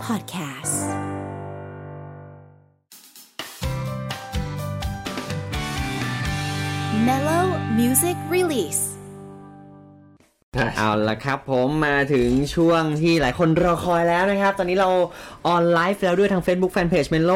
Podcast Mellow Music Release เอาละครับผมมาถึงช่วงที่หลายคนรอคอยแล้วนะครับตอนนี้เราออนไลฟ์แล้วด้วยทาง Facebook Fanpage Mellow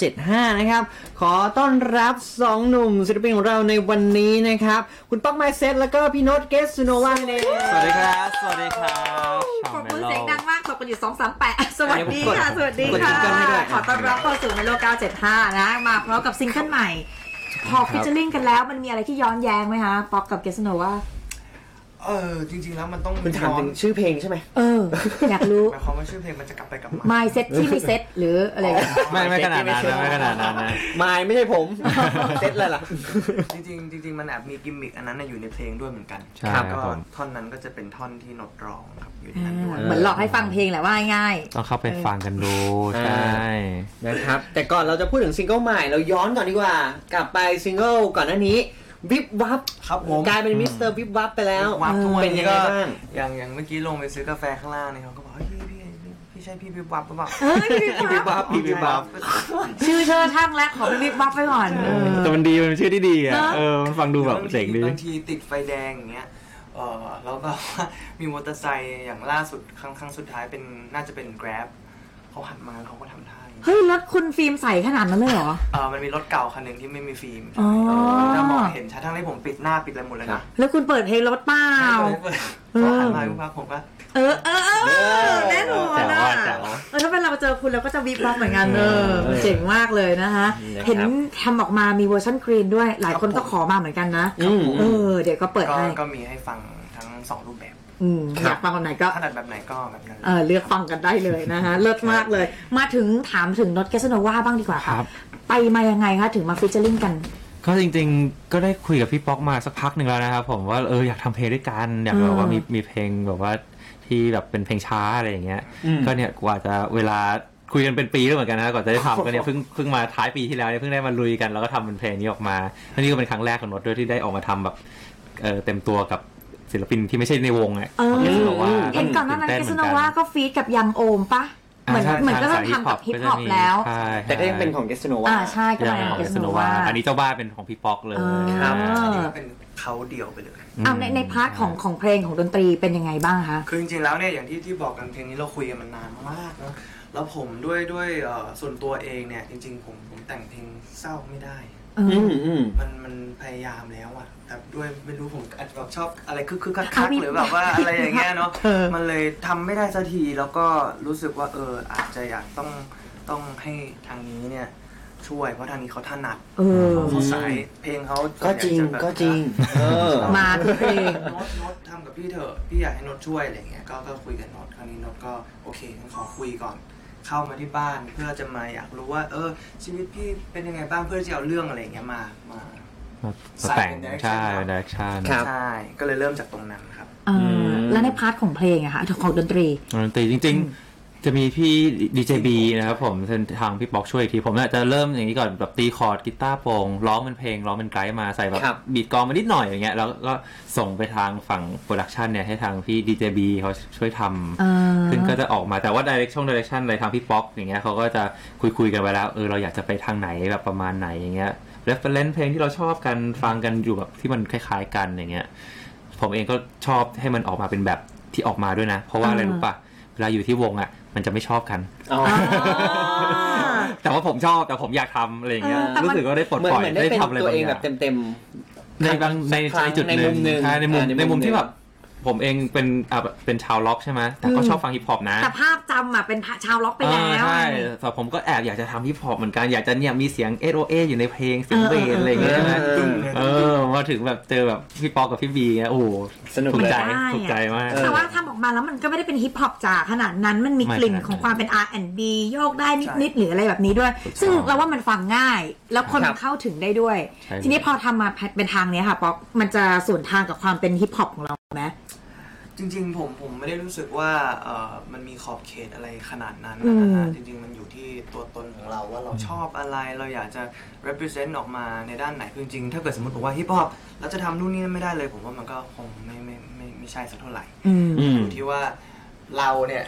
975นะครับขอต้อนรับ2หนุ่มศิลปินของเราในวันนี้นะครับคุณป๊อกไมเซ็ตแล้วก็พี่โน้ตเกสซูโนวาเองสวัสดีครับสวัสดีครับขอบคุณเสียงดังมากขอบคุณอยู่ 238 สวัสดีค่ะสวัสดีค่ะขอต้อนรับเข้าสู่ Mellow 975นะมาพร้อมกับซิงเกิลใหม่พอฟิชเชอร์ลิงกันแล้วมันมีอะไรที่ย้อนแย้งไหมคะป๊อกกับเกสซูโนวาจริงๆแล้วมันต้องคุณถามถึงชื่อเพลงใช่ไหมอยากรู้หมายความว่าชื่อเพลงมันจะกลับไปกลับมา My Set ที่ไม่เซ็ตหรืออะไรไม่ขนาดนั้นไม่ขนาดนั้นนะ My ไม่ใช่ผมเซ็ตอะไรล่ะจริงมันแอบมีกิมมิคอันนั้นอยู่ในเพลงด้วยเหมือนกันก็ท่อนนั้นก็จะเป็นท่อนที่โน้ตร้องครับอยู่ในนั้นด้วยเหมือนหลอกให้ฟังเพลงแหละว่าง่ายต้องเข้าไปฟังกันดูใช่นะครับแต่ก่อนเราจะพูดถึงซิงเกิลใหม่เราย้อนก่อนดีกว่ากลับไปซิงเกิลก่อนหน้านี้วิบวับครับผมกลายเป็นมิสเตอร์วิบวับไปแล้วเป็นยังไงบ้างอย่างเมื่อกี้ลงไปซื้อกาแฟข้างล่างนี่เขาก็บอกพี่ใช่พี่วิบวับหรือเปล่าพี่วิบวับชื่อเชิดช่างแล้วขอเป็นวิบวับไปก่อนแต่มันดีมันชื่อที่ดีอ่ะมันฟังดูแบบเจ๋งดีบางทีติดไฟแดงอย่างเงี้ยแล้วก็มีมอเตอร์ไซค์อย่างล่าสุดครั้งสุดท้ายเป็นน่าจะเป็น Grab เขาหันมาเขาก็ทำท่าเฮ้ยรถคุณฟิล์มใส่ขนาดนั้นเลยเหรอมันมีรถเก่าคันหนึ่งที่ไม่มีฟิล์มถ้ามองเห็นชัดทั้งที่ผมปิดหน้าปิดอะไรหมดเลยนะแล้วคุณเปิดเพลงรถเปล่าเขาหันมาพักผมก็แน่นอนนะถ้าเป็นเราเจอคุณเราก็จะวิบวับเหมือนกันเจ๋งมากเลยนะคะเห็นทำออกมามีเวอร์ชันกรีนด้วยหลายคนก็ขอมาเหมือนกันนะเดี๋ยวก็เปิดให้ก็มีให้ฟังทั้ง2รูปแบบอยากฟังแบบไหนก็ถนัดแบบไหนก็แบบนั้นเลือกฟังกันได้เลยนะคะเลิศมากเลยมาถึงถามถึงโน้ตเกสโนวาบ้างดีกว่าครับไปมายังไงคะถึงมาฟีเจอริ่งกันก็จริงๆก็ได้คุยกับพี่ป๊อกมาสักพักนึงแล้วนะครับผมว่าอยากทำเพลงด้วยกันอยากแบบว่ามีเพลงแบบว่าที่แบบเป็นเพลงช้าอะไรอย่างเงี้ยก็เนี่ยกว่าจะเวลาคุยกันเป็นปีแล้วเหมือนกันนะก่อนจะได้ทำกันเนี่ยเพิ่งมาท้ายปีที่แล้วเนี่ยเพิ่งได้มาลุยกันแล้วก็ทำเป็นเพลงนี้ออกมาแล้วนี่ก็เป็นครั้งแรกของโน้ตด้วยที่ได้ออกมาทำแบบเต็มตัวกับศิลปินที่ไม่ใช่ในวงอ่ะเห็นก่อนหน้านั้นเกสโนวาก็ฟีดกับยังโอมปะเหมือนก็ทำกับฮิปฮอปแล้วแต่ก็ยังเป็นของเกสโนวาใช่ก็เป็นของเกสโนวาอันนี้เจ้าบ้านเป็นของพี่ป๊อกเลยครับอันนี้เป็นเขาเดี่ยวไปเลยในพาร์ทของเพลงของดนตรีเป็นยังไงบ้างคะคือจริงๆแล้วเนี่ยอย่างที่บอกกันเพลงนี้เราคุยกันมานานมากเนาะแล้วผมด้วยส่วนตัวเองเนี่ยจริงๆผมแต่งเพลงเศร้าไม่ได้มันพยายามแล้วอะแต่ด้วยไม่รู้ผมอาจจะแบบชอบอะไรคึกคักหรือแบบว่าอะไรอย่างเงี้ยเนาะมันเลยทำไม่ได้สักทีแล้วก็รู้สึกว่าอาจจะอยากต้องให้ทางนี้เนี่ยช่วยเพราะทางนี้เขาถนัดเขาสายเพลงเขาก็จริงมาทุกเพลงโน้ตทำกับพี่เถอะพี่อยากให้โน้ตช่วยอะไรเงี้ยก็คุยกับโน้ตคราวนี้โน้ตก็โอเคงั้นขอคุยก่อนเข้ามาที่บ้านเพื่อจะมาอยากรู้ว่าชีวิตพี่เป็นยังไงบ้างเพื่อจะเอาเรื่องอะไรอย่างเงี้ยมาแต่งใช่ไดเรคชั่นใช่ก็เลยเริ่มจากตรงนั้นครับแล้วในพาร์ทของเพลงอะคะของดนตรีจริงๆจะมีพี่ DJB นะครับผมทางพี่ป๊อกช่วยอีกทีผมจะเริ่มอย่างนี้ก่อนแบบตีคอร์ดกีตาร์โปร่งร้องเป็นเพลงร้องเป็นไกด์มาใส่แบบบีทกลองมานิดหน่อยอย่างเงี้ยแล้วก็ส่งไปทางฝั่งโปรดักชันเนี่ยให้ทางพี่ DJB เขาช่วยทำซึ่งก็จะออกมาแต่ว่า direction อะไรทางพี่ป๊อกอย่างเงี้ยเขาก็จะคุยกันไปแล้วเราอยากจะไปทางไหนแบบประมาณไหนอย่างเงี้ยreference เพลงที่เราชอบกันฟังกันอยู่แบบที่มันคล้ายๆกันอย่างเงี้ยผมเองก็ชอบให้มันออกมาเป็นแบบที่ออกมาด้วยนะเพราะว่าอะไรรู้ป่ะเวลาอยู่ที่วงอ่ะมันจะไม่ชอบกันแต่ว่าผมชอบแต่ผมอยากทำอะไรอย่างเงี้ยรู้สึกว่าได้ปลดปล่อยได้ทำอะไรบางอย่างแบบเต็มๆในจุดหนึ่งในมุมที่แบบผมเองเป็นชาวล็อกใช่ไหมแต่ก็ชอบฟังฮิปฮอปนะแต่ภาพจำอ่ะเป็นชาวล็อกไปแล้วใช่แต่ผมก็แอบอยากจะทำฮิปฮอปเหมือนกันอยากจะเนี่ยมีเสียง SOA อยู่ในเพลงเสียงเบสอะไรอย่างเงี้ยนะมาถึงแบบเจอแบบพี่ป๊อกกับพี่บีเงี้ยโอ้สนุกถูกใจมากแต่ว่าทำออกมาแล้วมันก็ไม่ได้เป็นฮิปฮอปจ๋าขนาดนั้นมันมีกลิ่นของความเป็น R&B โยกได้นิดๆหรืออะไรแบบนี้ด้วยซึ่งเราว่ามันฟังง่ายแล้วคนเข้าถึงได้ด้วยทีนี้พอทำมาเป็นทางนี้ค่ะป๊อกมันจะส่วนทางกับความเป็นฮิปฮอปของเราไหมจริงๆผมไม่ได้รู้สึกว่ามันมีขอบเขตอะไรขนาดนั้นนะฮะจริงๆมันอยู่ที่ตัวตนของเราว่าเราชอบอะไรเราอยากจะ represent ออกมาในด้านไหนจริงๆถ้าเกิดสมมติบอกว่าฮิปฮอปแล้วจะทำนู่นนี่ไม่ได้เลยผมว่ามันก็คงไม่ใช่สักเท่าไหร่อยู่ที่ว่าเราเนี่ย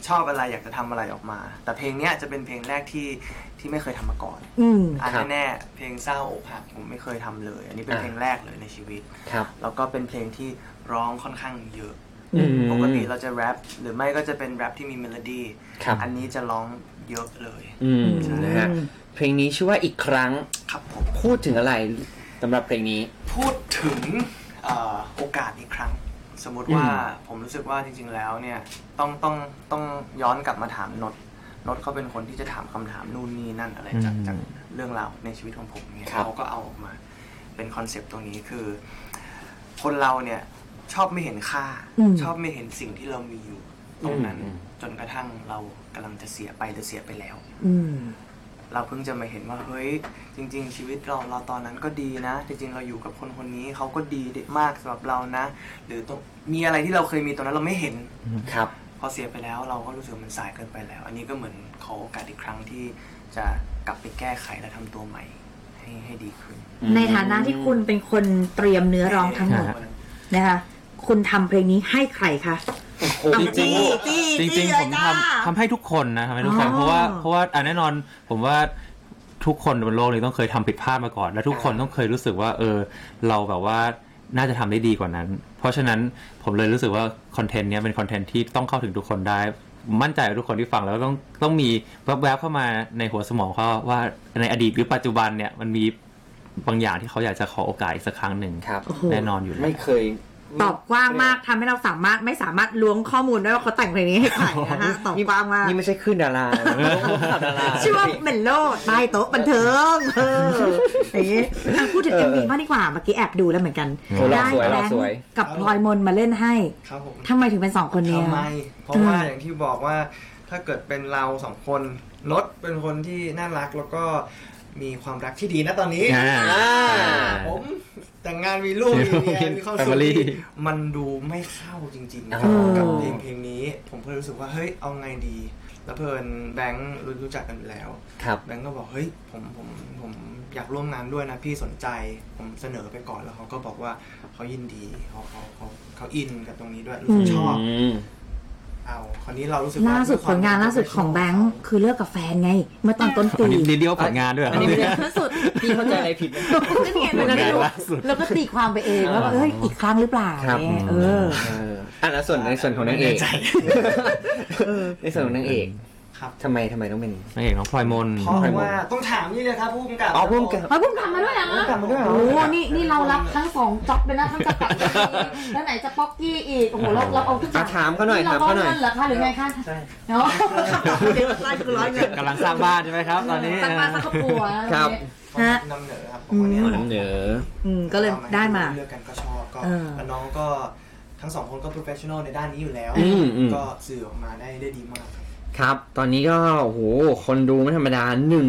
ชอบอะไรอยากจะทำอะไรออกมา แต่เพลงเนี้ยจะเป็นเพลงแรกที่ไม่เคยทำมาก่อนแน่ๆเพลงเศร้าอกหักผมไม่เคยทำเลยอันนี้เป็นเพลงแรกเลยในชีวิตแล้วก็เป็นเพลงที่ร้องค่อนข้างเยอะปกติเราจะแรปหรือไม่ก็จะเป็นแรปที่มีเมโลดี้อันนี้จะร้องเยอะเลยนะฮะเพลงนี้ชื่อว่าอีกครั้งครับผมพูดถึงอะไรสำหรับเพลงนี้พูดถึงโอกาสอีกครั้งสมมุติว่าผมรู้สึกว่าจริงๆแล้วเนี่ยต้องย้อนกลับมาถามนดเขาเป็นคนที่จะถามคำถามนู่นนี่นั่นอะไรจากเรื่องราวในชีวิตของผมเนี่ยเขาก็เอาออกมาเป็นคอนเซปต์ตรงนี้คือคนเราเนี่ยชอบไม่เห็นค่าชอบไม่เห็นสิ่งที่เรามีอยู่ตรงนั้นจนกระทั่งเรากำลังจะเสียไปหรือเสียไปแล้วเราเพิ่งจะมาเห็นว่าเฮ้ยจริงๆชีวิตเราตอนนั้นก็ดีนะจริงๆเราอยู่กับคนนี้เขาก็ดีมากสำหรับเรานะหรือมีอะไรที่เราเคยมีตอนนั้นเราไม่เห็นครับพอเสียไปแล้วเราก็รู้สึกมันสายเกินไปแล้วอันนี้ก็เหมือนขอโอกาสอีกครั้งที่จะกลับไปแก้ไขและทำตัวใหม่ให้ดีขึ้นในฐานะที่คุณเป็นคนเตรียมเนื้อร้องทั้งหมดนะคะคุณทำเพลงนี้ให้ใครคะจริงผมทำให้ทุกคนนะทำให้ทุกคนเพราะว่าแน่นอนผมว่าทุกคนบนโลกนี้ต้องเคยทำผิดพลาดมาก่อนและทุกคนต้องเคยรู้สึกว่าเราแบบว่าน่าจะทำได้ดีกว่านั้นเพราะฉะนั้นผมเลยรู้สึกว่าคอนเทนต์นี้เป็นคอนเทนต์ที่ต้องเข้าถึงทุกคนได้มั่นใจว่าทุกคนที่ฟังแล้วต้องมีแวบๆเข้ามาในหัวสมองเขาว่าในอดีตหรือปัจจุบันเนี่ยมันมีบางอย่างที่เขาอยากจะขอโอกาสอีกสักครั้งหนึ่งแน่นอนอยู่ไม่เคยตอบกว้างมากทำให้เราไม่สามารถล้วงข้อมูลได้ว่าเขาแต่งเพลงนี้ให้ใครนะคะตอบกว้างมากนี่ไม่ใช่ขึ้นดาราดาราชื่อว่าเมนโลใต้โต๊ะบันเทิงอย่างนี้พูดถึง MV มากดีกว่าเมื่อกี้แอบดูแล้วเหมือนกันได้แบงค์กับพลอยมนมาเล่นให้ทำไมถึงเป็น2คนนี้ทำไมเพราะว่าอย่างที่บอกว่าถ้าเกิดเป็นเรา2คนนดเป็นคนที่น่ารักแล้วก็มีความรักที่ดีนะตอนนี้ผมแต่งงานมีลูกมีเมียมีครอบครัวมันดูไม่เข้าจริงๆกับเพลงนี้ผมก็รู้สึกว่าเฮ้ยเอาไงดีแล้วเพิ่นแบงค์รู้จักกันแล้วแบงค์ก็บอกเฮ้ยผมอยากร่วมงานด้วยนะพี่สนใจผมเสนอไปก่อนแล้วเขาก็บอกว่าเขายินดีเขาอินกับตรงนี้ด้วยรู้สึกชอบคราวนี้เรารู้สึกล่าสุดผลงานล่าสุดของแบงค์คือเลิกกับแฟนไงเมื่อตอนต้นปีเดียวผลงานด้วยอันนี้ล่าสุดพี่เข้าใจอะไรผิดแล้วก็ตีความไปเองว่าอีกครั้งหรือเปล่าเนี่ยแล้วส่วนในส่วนของนางเอกในส่วนของนางเอกทำไมต้องเป็นนางเอกน้องพลอยมนเพราะว่าต้องถามนี่เลยครับผู้กำกับผู้กำกับมาด้วยนะโอ้นี่เรารับทั้ง2จ็อบเลยนะทั้งกำกับแล้วไหนจะป๊อกกี้อีกโอ้โหเราเอาทุกอย่างถามเขาหน่อยเหรอคะหรือไงคะเนาะกำลังสร้างบ้านใช่ไหมครับตอนนี้สร้างบ้านสร้างครอบครัวครับนำเหนือครับนำเหนือก็เลยได้มาเลือกกันก็ชอบก็แล้วน้องก็ทั้ง2คนก็ professional ในด้านนี้อยู่แล้วก็สื่อออกมาได้ดีมากครับตอนนี้ก็โอ้โหคนดูไม่ธรรมดา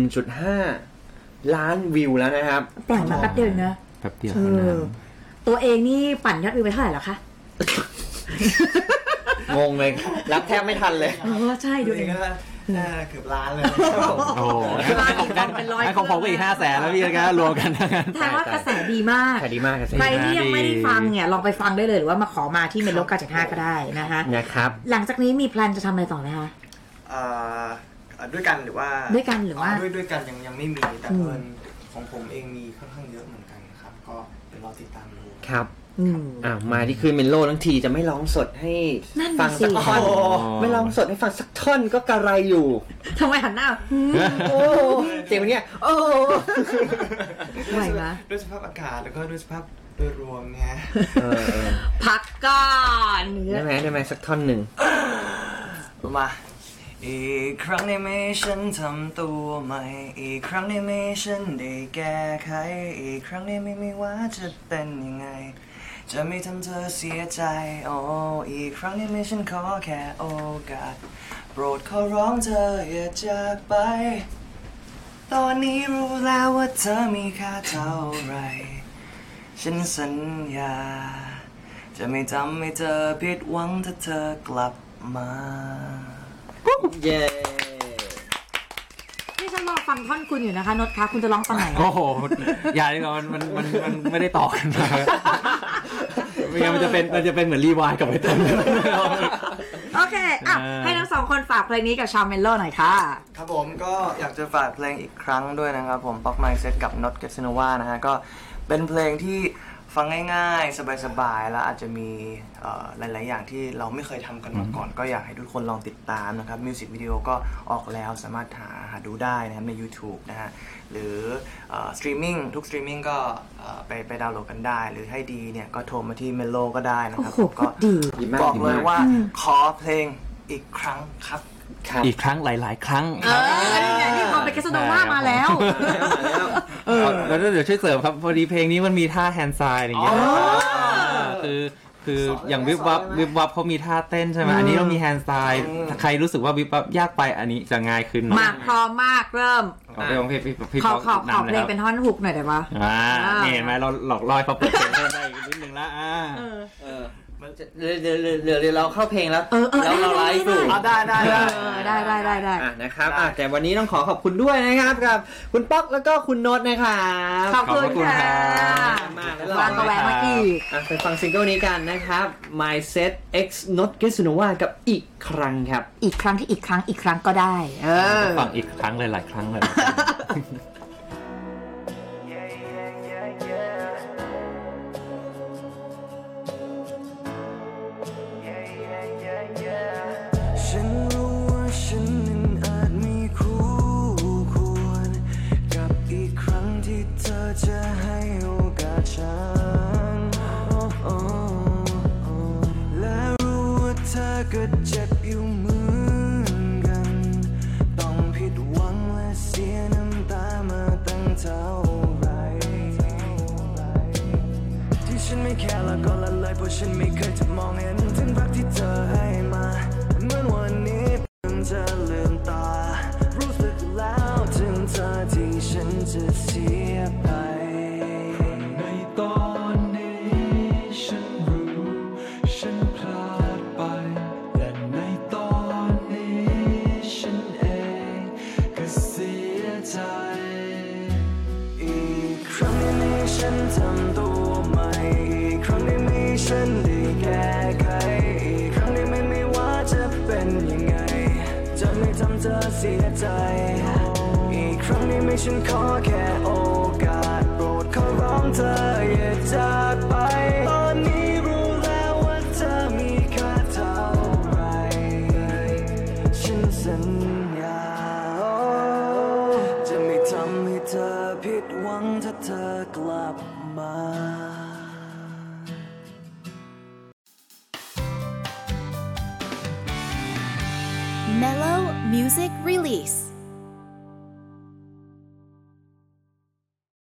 1.5 ล้านวิวแล้วนะครับปล่อยมาแป๊บเดียวนะแป๊บเดียวตัวเองนี่ปั่นยอดวิวไปเท่าไหร่แล้วคะงงเลยรับแทบไม่ทันเลยใช่ดูเองเกือบล้านเลยโอ้โหของผมก็อีก 500,000 แล้วพี่ก็รวมกันทั้งนั้นแต่ว่ากระแสดีมากใครที่ยังไม่ได้ฟังเนี่ยลองไปฟังได้เลยหรือว่ามาขอมาที่เมโล975ก็ได้นะคะหลังจากนี้มีแพลนจะทำอะไรต่อไหมคะด้วยกันหรือว่าด้วยกันยังไม่มีแต่เพื่อนของผมเองมีค่อนข้างเยอะเหมือนกันครับก็เดี๋ยวรอติดตามดูครับมาที่คืนเมนโลทั้งทีจะไม่ร้องสดให้ฟังสักท่อนไม่ร้องสดให้ฟังสักท่อนก็กระไรอยู่ทำไมหันหน้าโอ้เสียงเนี่ยโอ้ไหวไหมด้วยสภาพอากาศแล้วก็ด้วยสภาพโดยรวมเนี่ยพักก่อนได้ไหมสักท่อนหนึ่งมาอีกครั้งได้ไหมฉันทำตัวใหม่อีกครั้งได้ไหมฉันได้แก้ไขอีกครั้งได้ไหมไม่ว่าจะเป็นยังไงจะไม่ทำเธอเสียใจอีกครั้งได้ไหมฉันขอแค่โอกาสโปรดขอร้องเธออย่าจากไปตอนนี้รู้แล้วว่าเธอมีค่าเท่าไรฉันสัญญาจะไม่ทำให้เธอผิดหวังถ้าเธอกลับมาเย้นี่ฉันรอฟังท่อนคุณอยู่นะคะนดคะคุณจะร้องตอนไหนโอ้โหอย่าดีกว่ามันไม่ได้ต่อกันมาไม่งั้นมันจะเป็นเหมือนรีวายกับไปต้นโอเคอ่ะให้ทั้งสองคนฝากเพลงนี้กับชาวเมโลหน่อยค่ะครับผมก็อยากจะฝากเพลงอีกครั้งด้วยนะครับผม Pop Mindset กับ Not Casanova นะฮะก็เป็นเพลงที่ฟังง่ายๆสบายๆแล้วอาจจะมีหลายๆอย่างที่เราไม่เคยทำกันมาก่อนก็อยากให้ทุกคนลองติดตามนะครับมิวสิกวิดีโอก็ออกแล้วสามารถหาดูได้นะครับใน YouTube นะฮะหรือสตรีมมิ่งทุกสตรีมมิ่งก็ไปดาวน์โหลดกันได้หรือให้ดีเนี่ยก็โทรมาที่ Melo ก็ได้นะครับก็บอกเลยว่าขอเพลงอีกครั้งครับอีกครั้งหลายๆครั้งนี่พอเป็นแคสโนวามาแล้วแล้วเดี๋ยวช่วยเสริมครับพอดีเพลงนี้มันมีท่าแฮนด์ไซน์อะไรอย่างเงี้ยคืออย่างวิบวับเขามีท่าเต้นใช่ไหมอันนี้เรามีแฮนด์ไซน์ใครรู้สึกว่าวิบวับยากไปอันนี้จะง่ายขึ้นมาพร้อมมากเริ่มขอเพลงพี่ขอเพลงเป็นท่อนฮุกหน่อยได้ปะนี่เห็นไหมเราหลอกล่อเขาเปิดเพลงได้อีกนิดนึงละเดี๋ยวเราเข้าเพลงแล้วเราไลฟ์ดูได้นะครับแต่วันนี้ต้องขอบคุณด้วยนะครับกับคุณป๊อกแล้วก็คุณโน้ตนะครับขอบคุณค่ะฟังกระแวะมาอีกไปฟังซิงเกิลนี้กันนะครับ Mindset X Not Casanova กับอีกครั้งครับอีกครั้งที่อีกครั้งก็ได้ฟังอีกครั้งหลายๆครั้งเลยจะให้โอกาสฉันและรู้ว่าเธอก็เจ็บอยู่เหมือนกันต้องผิดหวังและเสียน้ำตามาตั้งเท่าไรที่ฉันไม่แค่ละก็ละเลยเพราะฉันไม่เคยจะมองเห็นถึงรักที่เธอให้มาเหมือนวันนี้เพิ่งจะลืมตารู้สึกแล้วถึงเธอที่ฉันจะเสียไปตอนนี้ฉันรู้ฉันพลาดไปและในตอนนี้ฉันเองก็เสียใจอีกครั้งที่มีฉันทำตัวใหม่อีกครั้งที่มีฉันได้แก้ไขอีกครั้งที่ไม่ว่าจะเป็นยังไงจะไม่ทำเธอเสียใจอีกครั้งนี้ไม่ฉันขอแค่โอกาสโปรดขอร้องเธออย่าจากไปตอนนี้รู้แล้วว่าเธอมีค่าเท่าไรฉันสัญญาจะไม่ทำให้เธอผิดหวังถ้าเธอกลับมา Mellow Music Release